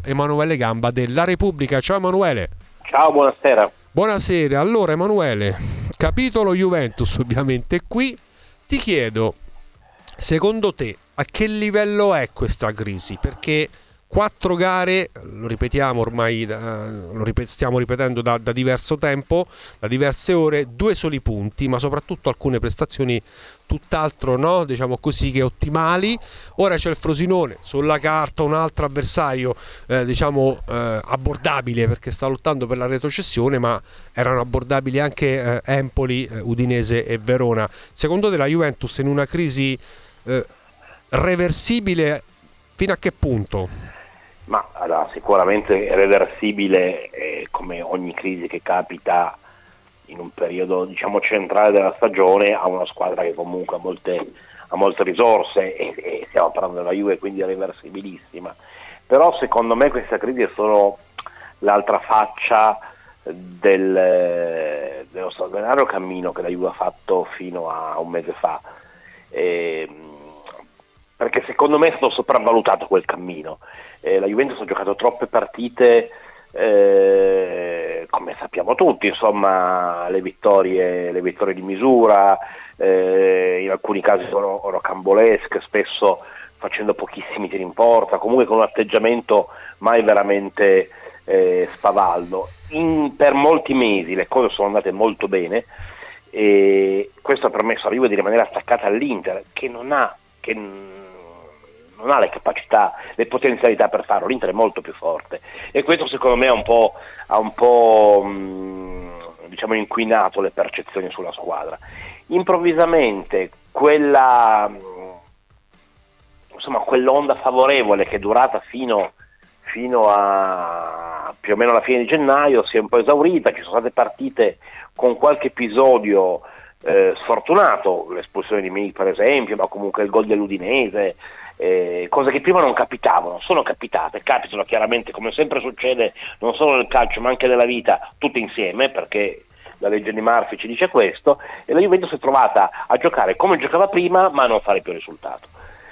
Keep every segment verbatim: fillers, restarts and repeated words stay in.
Emanuele Gamba della Repubblica. Ciao Emanuele. Ciao, buonasera. Buonasera. Allora Emanuele, capitolo Juventus ovviamente qui. Ti chiedo, secondo te a che livello è questa crisi? Perché quattro gare, lo ripetiamo ormai, uh, lo ripet- stiamo ripetendo da, da diverso tempo, da diverse ore, due soli punti, ma soprattutto alcune prestazioni tutt'altro, no? Diciamo così, che ottimali. Ora c'è il Frosinone, sulla carta un altro avversario, eh, diciamo, eh, abbordabile perché sta lottando per la retrocessione, ma erano abbordabili anche eh, Empoli, eh, Udinese e Verona. Secondo te la Juventus in una crisi eh, reversibile fino a che punto? Ma allora, sicuramente è reversibile, eh, come ogni crisi che capita in un periodo, diciamo, centrale della stagione, a una squadra che comunque ha molte, ha molte risorse e, e stiamo parlando della Juve, quindi è reversibilissima. Però secondo me questa crisi è solo l'altra faccia del, dello straordinario cammino che la Juve ha fatto fino a un mese fa. E, perché secondo me è stato sopravvalutato quel cammino. Eh, la Juventus ha giocato troppe partite, eh, come sappiamo tutti, insomma, le vittorie, le vittorie di misura, eh, in alcuni casi sono rocambolesche, spesso facendo pochissimi tiri in porta, comunque con un atteggiamento mai veramente eh, spavaldo. In, per molti mesi le cose sono andate molto bene e questo ha permesso alla Juve di rimanere attaccata all'Inter, che non ha che non ha le capacità, le potenzialità per farlo. L'Inter è molto più forte e questo secondo me ha un po', ha un po' mh, diciamo inquinato le percezioni sulla squadra. Improvvisamente quella mh, insomma quell'onda favorevole che è durata fino, fino a più o meno alla fine di gennaio si è un po' esaurita. Ci sono state partite con qualche episodio eh, sfortunato, l'espulsione di Milik per esempio, ma comunque il gol dell'Udinese. Eh, cose che prima non capitavano, sono capitate, capitano chiaramente, come sempre succede non solo nel calcio ma anche nella vita, tutte insieme, perché la legge di Murphy ci dice questo, e la Juventus si è trovata a giocare come giocava prima ma a non fare più risultato.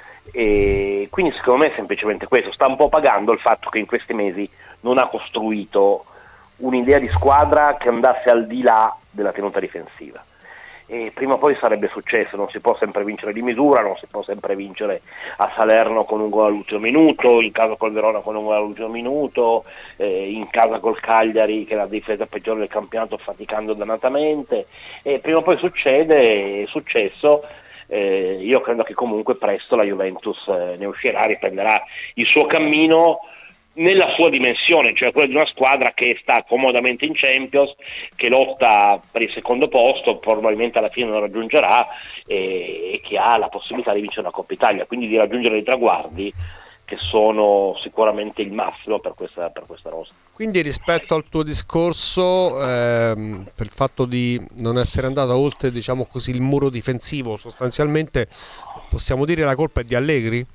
E quindi secondo me è semplicemente questo, sta un po' pagando il fatto che in questi mesi non ha costruito un'idea di squadra che andasse al di là della tenuta difensiva. E prima o poi sarebbe successo, non si può sempre vincere di misura, non si può sempre vincere a Salerno con un gol all'ultimo minuto, in casa col Verona con un gol all'ultimo minuto, eh, in casa col Cagliari che è la difesa peggiore del campionato faticando dannatamente, e prima o poi succede, è successo. Eh, io credo che comunque presto la Juventus eh, ne uscirà, riprenderà il suo cammino nella sua dimensione, cioè quella di una squadra che sta comodamente in Champions, che lotta per il secondo posto, probabilmente alla fine non raggiungerà, e, e che ha la possibilità di vincere la Coppa Italia, quindi di raggiungere i traguardi che sono sicuramente il massimo per questa, per questa rosa. Quindi rispetto al tuo discorso, ehm, per il fatto di non essere andato oltre, diciamo così, il muro difensivo, sostanzialmente possiamo dire la colpa è di Allegri?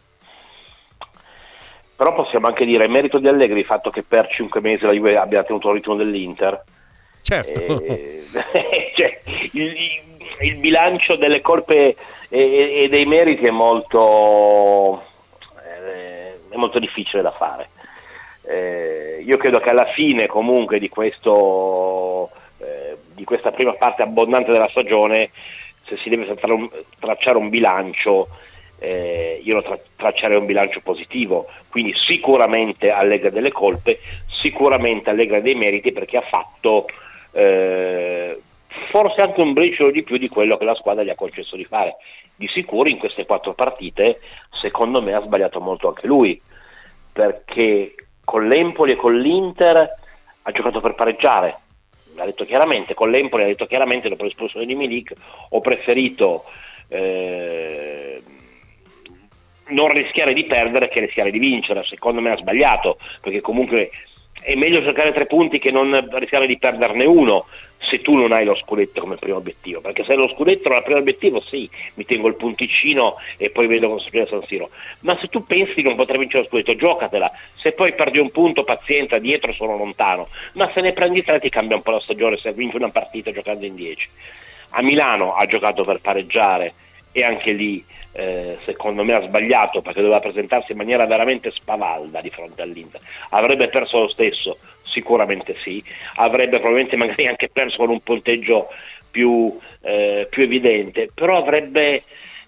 Però possiamo anche dire è merito di Allegri il fatto che per cinque mesi la Juve abbia tenuto il ritmo dell'Inter. Certo. Eh, cioè, il, il bilancio delle colpe e, e dei meriti è molto, eh, è molto difficile da fare. Eh, io credo che alla fine comunque di questo eh, di questa prima parte abbondante della stagione, se si deve tracciare un, tracciare un bilancio, Eh, io lo tra- traccerei un bilancio positivo, quindi sicuramente Allegri delle colpe, sicuramente Allegri dei meriti, perché ha fatto eh, forse anche un briciolo di più di quello che la squadra gli ha concesso di fare. Di sicuro in queste quattro partite secondo me ha sbagliato molto anche lui, perché con l'Empoli e con l'Inter ha giocato per pareggiare, l'ha detto chiaramente, con l'Empoli ha detto chiaramente dopo l'espulsione di Milik ho preferito eh, non rischiare di perdere che rischiare di vincere. Secondo me ha sbagliato, perché comunque è meglio giocare tre punti che non rischiare di perderne uno se tu non hai lo scudetto come primo obiettivo, perché se hai lo scudetto era il primo obiettivo, sì, mi tengo il punticino e poi vedo cosa succede a San Siro, ma se tu pensi di non poter vincere lo scudetto, giocatela, se poi perdi un punto pazienza, dietro sono lontano, ma se ne prendi tre ti cambia un po' la stagione se vinci una partita giocando in dieci. A Milano ha giocato per pareggiare e anche lì eh, secondo me ha sbagliato, perché doveva presentarsi in maniera veramente spavalda di fronte all'Inter. Avrebbe perso lo stesso? Sicuramente sì, avrebbe probabilmente magari anche perso con un punteggio più, eh, più evidente, però avrebbe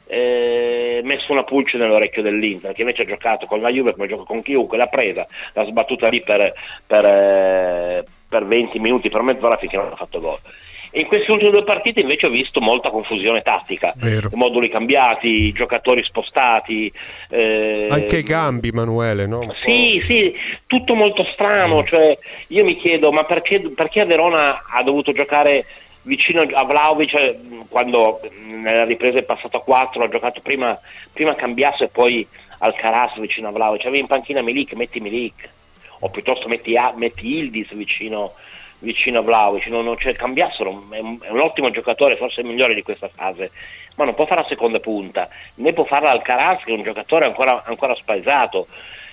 eh, messo una pulce nell'orecchio dell'Inter, che invece ha giocato con la Juve come gioca con chiunque, l'ha presa, l'ha sbattuta lì per, per, eh, per venti minuti, per mezz'ora finché non ha fatto gol. E in queste ultime due partite invece ho visto molta confusione tattica, Vero. moduli cambiati, giocatori spostati. Eh, Anche i cambi, Manuele, no? Sì, sì, tutto molto strano, cioè io mi chiedo ma perché, perché a Verona ha dovuto giocare vicino a Vlahovic, cioè, quando nella ripresa è passato a quattro, ha giocato prima, prima Cambiasso e poi Alcaraz vicino a Vlahovic, avevi in panchina Milik, metti Milik, o piuttosto metti, metti Yildiz vicino vicino a Vlahovic, non, non c'è Cambiasso, è un, è un ottimo giocatore, forse il migliore di questa fase, ma non può fare la seconda punta, né può fare Alcaraz, che è un giocatore ancora, ancora spaesato.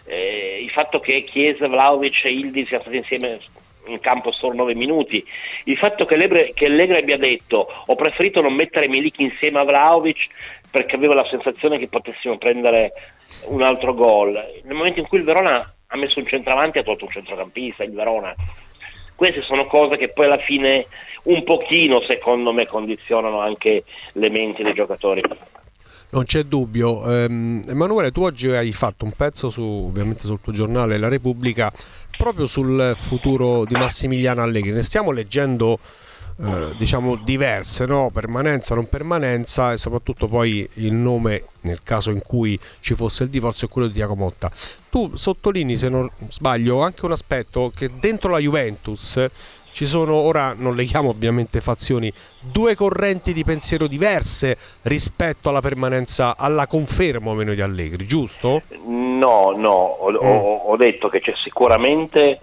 Eh, il fatto che Chiesa, Vlahovic e Yildiz siano stati insieme in campo solo nove minuti, il fatto che Allegri, che Allegri abbia detto ho preferito non mettere Milik insieme a Vlahovic perché avevo la sensazione che potessimo prendere un altro gol, nel momento in cui il Verona ha messo un centravanti ha tolto un centrocampista, il Verona. Queste sono cose che poi alla fine un pochino, secondo me, condizionano anche le menti dei giocatori. Non c'è dubbio. ehm, Emanuele, tu oggi hai fatto un pezzo su, ovviamente sul tuo giornale La Repubblica, proprio sul futuro di Massimiliano Allegri. Ne stiamo leggendo eh, diciamo diverse, no? Permanenza, non permanenza, e soprattutto poi il nome, nel caso in cui ci fosse il divorzio, è quello di Thiago Motta. Tu sottolinei, se non sbaglio, anche un aspetto, che dentro la Juventus ci sono, ora non leghiamo ovviamente fazioni, due correnti di pensiero diverse rispetto alla permanenza, alla conferma o meno di Allegri, giusto? No, no, ho, mm. ho, ho detto che c'è sicuramente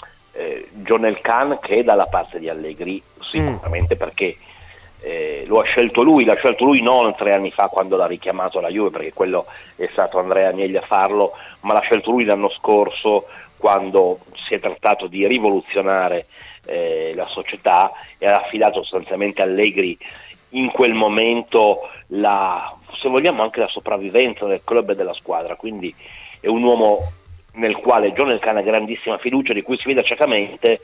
eh, John Elkann che è dalla parte di Allegri, sicuramente mm. perché eh, lo ha scelto lui, l'ha scelto lui non tre anni fa quando l'ha richiamato alla Juve, perché quello è stato Andrea Agnelli a farlo, ma l'ha scelto lui l'anno scorso quando si è trattato di rivoluzionare Eh, la società, e ha affidato sostanzialmente a Allegri in quel momento la, se vogliamo, anche la sopravvivenza del club e della squadra. Quindi è un uomo nel quale John Elkann ha grandissima fiducia, di cui si vede ciecamente,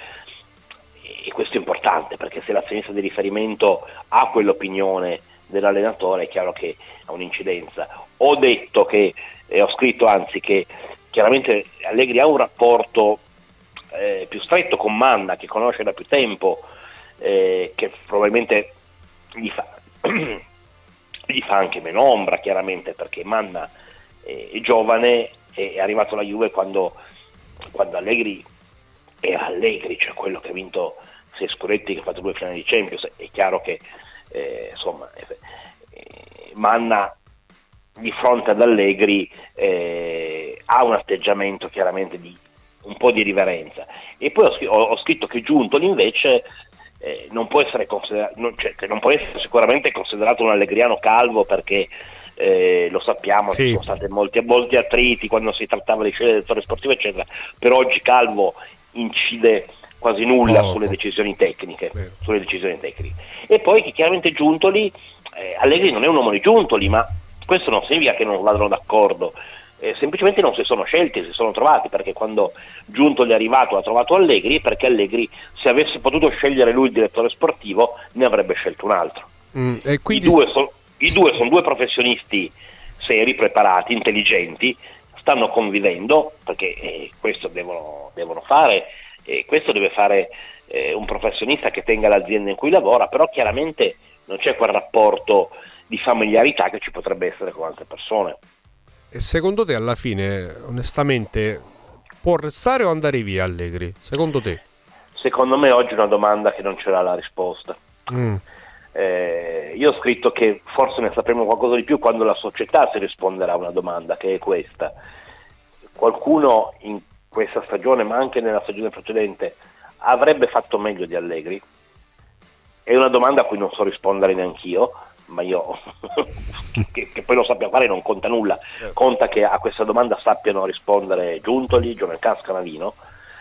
e questo è importante perché se l'azionista di riferimento ha quell'opinione dell'allenatore è chiaro che ha un'incidenza. Ho detto che, e ho scritto anzi che chiaramente Allegri ha un rapporto Eh, più stretto con Manna, che conosce da più tempo, eh, che probabilmente gli fa, gli fa anche meno ombra, chiaramente, perché Manna è, è giovane, è, è arrivato alla Juve quando, quando Allegri era Allegri, cioè quello che ha vinto sei scudetti, che ha fatto due finali di Champions. È chiaro che eh, insomma eh, eh, Manna di fronte ad Allegri eh, ha un atteggiamento chiaramente di un po' di riverenza. E poi ho, scr- ho scritto che Giuntoli invece eh, non può essere considerato, non, cioè, che non può essere sicuramente considerato un allegriano calvo, perché eh, lo sappiamo, sì. Ci sono stati molti, molti attriti quando si trattava di scegliere direttore sportivo eccetera, per oggi Calvo incide quasi nulla oh, sulle decisioni tecniche, vero. sulle decisioni tecniche. E poi che chiaramente Giuntoli, eh, Allegri non è un uomo di Giuntoli, ma questo non significa che non vadano d'accordo. Eh, semplicemente non si sono scelti, si sono trovati, perché quando Giuntoli è arrivato ha trovato Allegri, perché Allegri, se avesse potuto scegliere lui il direttore sportivo, ne avrebbe scelto un altro. Mm, e quindi... I due sono i due sono due professionisti seri, preparati, intelligenti, stanno convivendo, perché eh, questo devono, devono fare, e questo deve fare eh, un professionista che tenga l'azienda in cui lavora, però chiaramente non c'è quel rapporto di familiarità che ci potrebbe essere con altre persone. E secondo te, alla fine, onestamente, può restare o andare via Allegri? Secondo te? Secondo me oggi è una domanda che non c'era la risposta. Mm. Eh, io ho scritto che forse ne sapremo qualcosa di più quando la società si risponderà a una domanda, che è questa: qualcuno in questa stagione, ma anche nella stagione precedente, avrebbe fatto meglio di Allegri? È una domanda a cui non so rispondere neanch'io, ma io che, che poi lo sappia fare non conta nulla, conta che a questa domanda sappiano rispondere Giuntoli, John Elkann, Scanavino,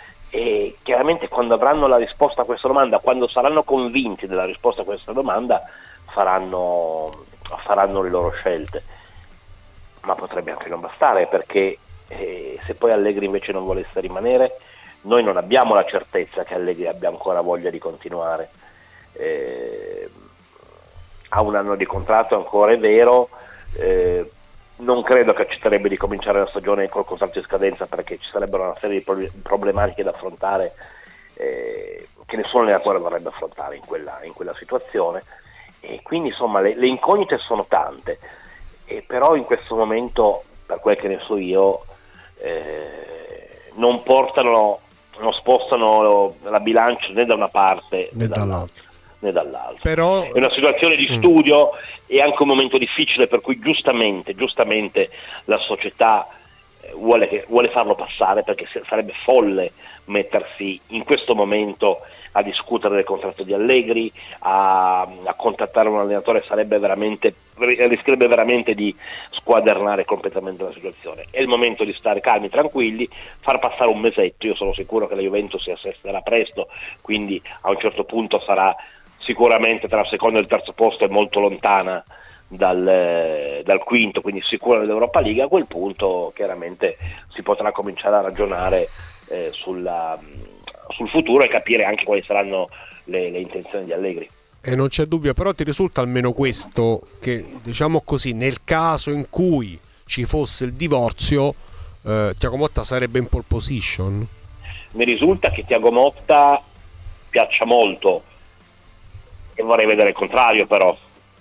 e chiaramente quando avranno la risposta a questa domanda, quando saranno convinti della risposta a questa domanda, faranno, faranno le loro scelte, ma potrebbe anche non bastare, perché eh, se poi Allegri invece non volesse rimanere, noi non abbiamo la certezza che Allegri abbia ancora voglia di continuare. Eh, ha un anno di contratto ancora, è vero, eh, non credo che accetterebbe di cominciare la stagione col contratto in scadenza, perché ci sarebbero una serie di problematiche da affrontare eh, che nessun allenatore vorrebbe affrontare in quella, in quella situazione, e quindi insomma le, le incognite sono tante, e però in questo momento, per quel che ne so io, eh, non portano, non spostano la bilancia né da una parte né, né dall'altra. Né dall'altro. Però è una situazione di studio e anche un momento difficile, per cui giustamente, giustamente la società vuole, che, vuole farlo passare, perché sarebbe folle mettersi in questo momento a discutere del contratto di Allegri, a, a contattare un allenatore, sarebbe veramente, rischierebbe veramente di squadernare completamente la situazione. È il momento di stare calmi, tranquilli, far passare un mesetto. Io sono sicuro che la Juventus si assesterà presto, quindi a un certo punto sarà sicuramente tra il secondo e il terzo posto, è molto lontana dal, dal quinto, quindi sicura dell'Europa League. A quel punto chiaramente si potrà cominciare a ragionare eh, sulla, sul futuro e capire anche quali saranno le, le intenzioni di Allegri. E non c'è dubbio, però ti risulta almeno questo, che diciamo così, nel caso in cui ci fosse il divorzio, eh, Thiago Motta sarebbe in pole position? Mi risulta che Thiago Motta piaccia molto, e vorrei vedere il contrario però,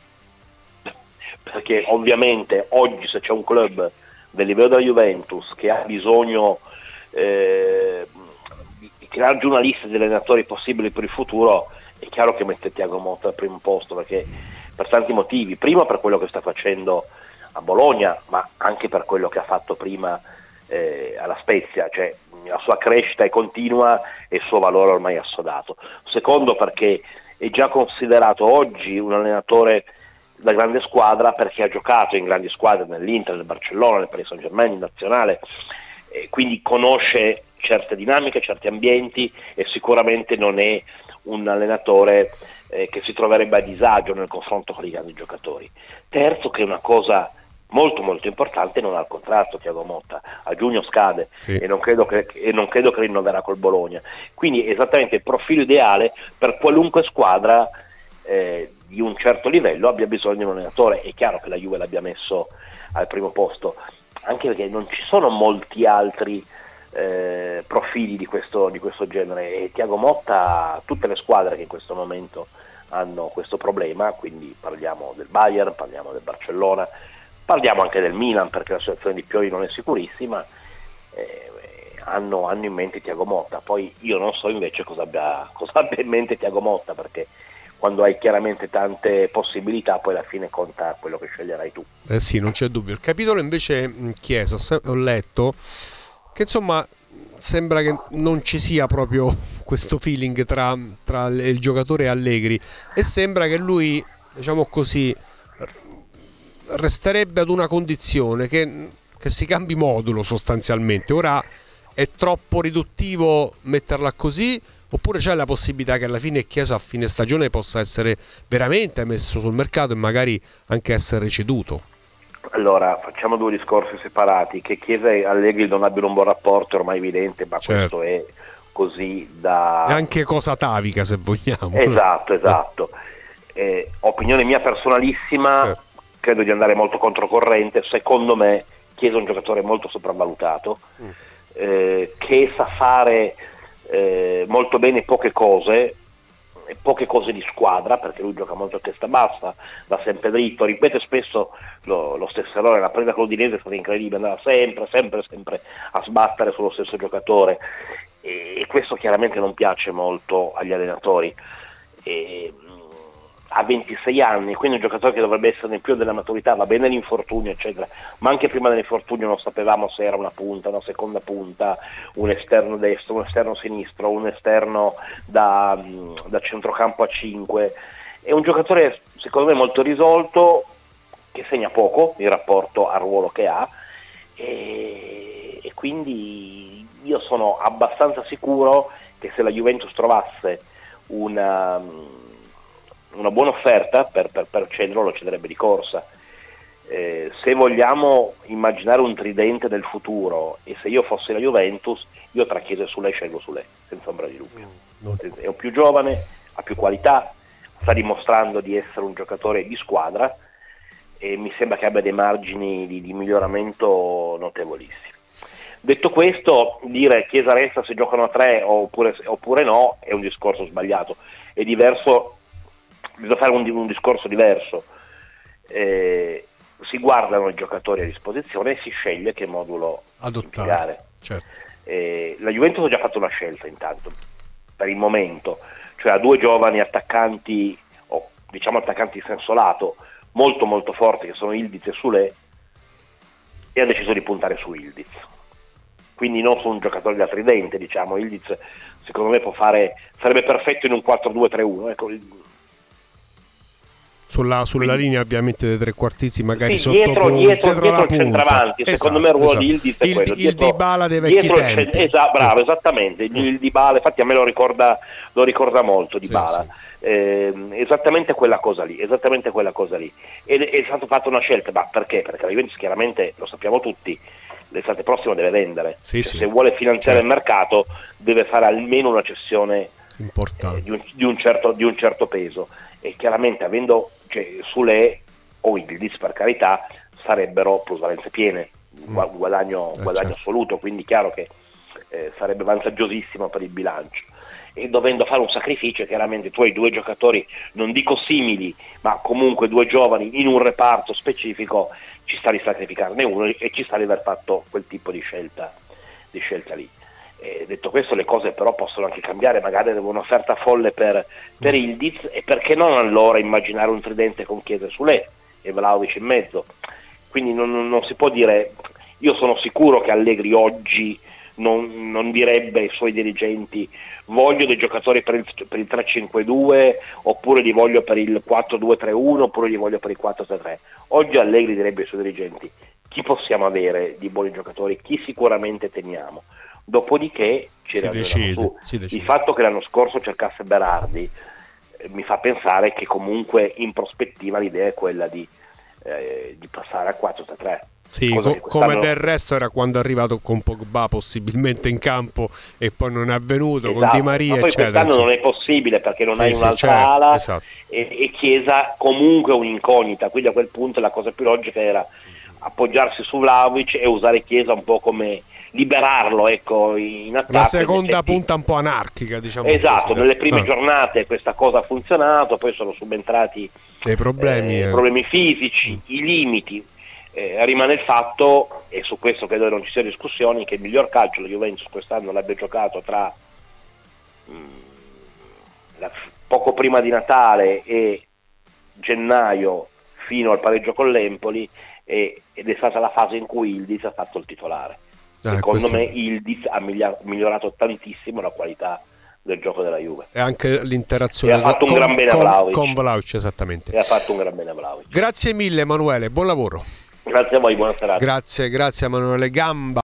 perché ovviamente oggi se c'è un club del livello della Juventus che ha bisogno eh, di creare giornalisti e allenatori possibili per il futuro, è chiaro che mette Thiago Motta al primo posto, perché per tanti motivi: prima per quello che sta facendo a Bologna, ma anche per quello che ha fatto prima eh, alla Spezia, cioè la sua crescita è continua e il suo valore ormai è assodato. Secondo, perché è già considerato oggi un allenatore da grande squadra, perché ha giocato in grandi squadre, nell'Inter, nel Barcellona, nel Paris Saint-Germain, in nazionale, e quindi conosce certe dinamiche, certi ambienti, e sicuramente non è un allenatore eh, che si troverebbe a disagio nel confronto con i grandi giocatori. Terzo, che è una cosa molto molto importante, non ha il contratto Thiago Motta, a giugno scade, sì. e, non credo che, e non credo che rinnoverà col Bologna, quindi è esattamente il profilo ideale per qualunque squadra eh, di un certo livello abbia bisogno di un allenatore. È chiaro che la Juve l'abbia messo al primo posto, anche perché non ci sono molti altri eh, profili di questo, di questo genere, e Thiago Motta, tutte le squadre che in questo momento hanno questo problema, quindi parliamo del Bayern, parliamo del Barcellona, parliamo anche del Milan, perché la situazione di Pioli non è sicurissima, eh, hanno, hanno in mente Thiago Motta. Poi io non so invece cosa abbia, cosa abbia in mente Thiago Motta, perché quando hai chiaramente tante possibilità poi alla fine conta quello che sceglierai tu. Eh sì, non c'è dubbio. Il capitolo invece Chiesa, ho letto che insomma sembra che non ci sia proprio questo feeling tra, tra il giocatore e Allegri, e sembra che lui, diciamo così, resterebbe ad una condizione che, che si cambi modulo sostanzialmente. Ora è troppo riduttivo metterla così, oppure c'è la possibilità che alla fine Chiesa a fine stagione possa essere veramente messo sul mercato e magari anche essere ceduto? Allora, facciamo due discorsi separati. Che Chiesa e Allegri non abbiano un buon rapporto è ormai evidente, ma certo, questo è così da... È anche cosa atavica, se vogliamo. Esatto, esatto. Eh, opinione mia personalissima, certo, credo di andare molto controcorrente. Secondo me Chiesa è un giocatore molto sopravvalutato, mm. eh, che sa fare eh, molto bene poche cose, poche cose di squadra, perché lui gioca molto a testa bassa, va sempre dritto, ripete spesso lo, lo stesso errore. La presa con l'Udinese è stata incredibile, andava sempre, sempre, sempre a sbattere sullo stesso giocatore, e questo chiaramente non piace molto agli allenatori. E, ha ventisei anni, quindi un giocatore che dovrebbe essere nel più della maturità, va bene l'infortunio eccetera, ma anche prima dell'infortunio non sapevamo se era una punta, una seconda punta, un esterno destro, un esterno sinistro, un esterno da, da centrocampo a cinque. È un giocatore secondo me molto risolto, che segna poco in rapporto al ruolo che ha, e, e quindi io sono abbastanza sicuro che se la Juventus trovasse una una buona offerta per, per, per cederlo, lo cederebbe di corsa. Eh, se vogliamo immaginare un tridente del futuro, e se io fossi la Juventus, io tra Chiesa e Soulé scelgo Soulé, senza ombra di dubbio. È un più giovane, ha più qualità, sta dimostrando di essere un giocatore di squadra e mi sembra che abbia dei margini di, di miglioramento notevolissimi. Detto questo, dire Chiesa resta se giocano a tre oppure, oppure no è un discorso sbagliato, è diverso, bisogna fare un, un discorso diverso. Eh, si guardano i giocatori a disposizione e si sceglie che modulo adottare. Certo. Eh, la Juventus ha già fatto una scelta intanto, per il momento, cioè ha due giovani attaccanti, o diciamo attaccanti in senso lato, molto molto forti, che sono Ildiz e Soulé, e ha deciso di puntare su Ildiz. Quindi non su un giocatore da tridente, diciamo. Ildiz secondo me può fare, sarebbe perfetto in un quattro due tre uno, ecco. Sulla, sulla Quindi, linea ovviamente dei trequartisti, magari sì, sotto dietro, punta, dietro, dietro, dietro la il punta. centravanti, Esatto, secondo me il ruolo esatto. di Ildiz è il, quello. Il Dietro, Dybala dei vecchi dietro tempi. Il, esatto, bravo, esattamente. Il, il Dybala, infatti a me lo ricorda, lo ricorda molto Dybala. Sì, sì. Eh, esattamente quella cosa lì, esattamente quella cosa lì. Ed è, è stata fatta una scelta, ma perché? Perché la Juventus chiaramente, lo sappiamo tutti, l'estate prossima deve vendere. Sì, cioè, sì. Se vuole finanziare Certo. il mercato deve fare almeno una cessione importante eh, di, un, di, un certo, di un certo peso, e chiaramente avendo, cioè, Soulé o Ildiz, per carità, sarebbero plusvalenze piene, un Mm. guadagno, Eh, guadagno certo. assoluto, quindi chiaro che eh, sarebbe vantaggiosissimo per il bilancio. E dovendo fare un sacrificio, chiaramente tu hai due giocatori, non dico simili, ma comunque due giovani in un reparto specifico, ci sta di sacrificarne uno e ci sta di aver fatto quel tipo di scelta, di scelta lì. Eh, detto questo, le cose però possono anche cambiare, magari avevo un'offerta folle per, per Ildiz, e perché non allora immaginare un tridente con Chiesa e Soulé e Vlahovic in mezzo. Quindi non, non, non si può dire, io sono sicuro che Allegri oggi non, non direbbe ai suoi dirigenti voglio dei giocatori per il, per il tre cinque due, oppure li voglio per il quattro due tre uno, oppure li voglio per il quattro tre tre. Oggi Allegri direbbe ai suoi dirigenti chi possiamo avere di buoni giocatori, chi sicuramente teniamo. Dopodiché ci si decide, su. si decide. Il fatto che l'anno scorso cercasse Berardi eh, mi fa pensare che comunque in prospettiva l'idea è quella di, eh, di passare a quattro tre tre. Sì, co- come del resto era quando è arrivato con Pogba possibilmente in campo e poi non è avvenuto, esatto. con Di Maria, ma poi eccetera. Quest'anno non è possibile perché non sì, hai sì, un'altra certo, ala, esatto. e, e Chiesa comunque un'incognita, quindi a quel punto la cosa più logica era appoggiarsi su Vlahovic e usare Chiesa un po' come liberarlo, ecco, in attacco. La seconda effetti, punta un po' anarchica, diciamo. esatto, così. nelle prime ah. giornate questa cosa ha funzionato, poi sono subentrati dei problemi, eh, eh. problemi fisici, mm. i limiti. Eh, rimane il fatto, e su questo credo non ci siano discussioni, che il miglior calcio la Juventus quest'anno l'abbia giocato tra mh, la, poco prima di Natale e gennaio fino al pareggio con l'Empoli, e, ed è stata la fase in cui Ildiz ha fatto il titolare. Ah, Secondo questo... me Ildiz ha migliorato tantissimo la qualità del gioco della Juve. E anche l'interazione e ha fatto un con, gran bene con, a Vlahovic. con Vlahovic, esattamente. E ha fatto un gran bene a Vlahovic. Grazie mille Emanuele, buon lavoro. Grazie a voi, buona serata. Grazie, grazie Emanuele Gamba.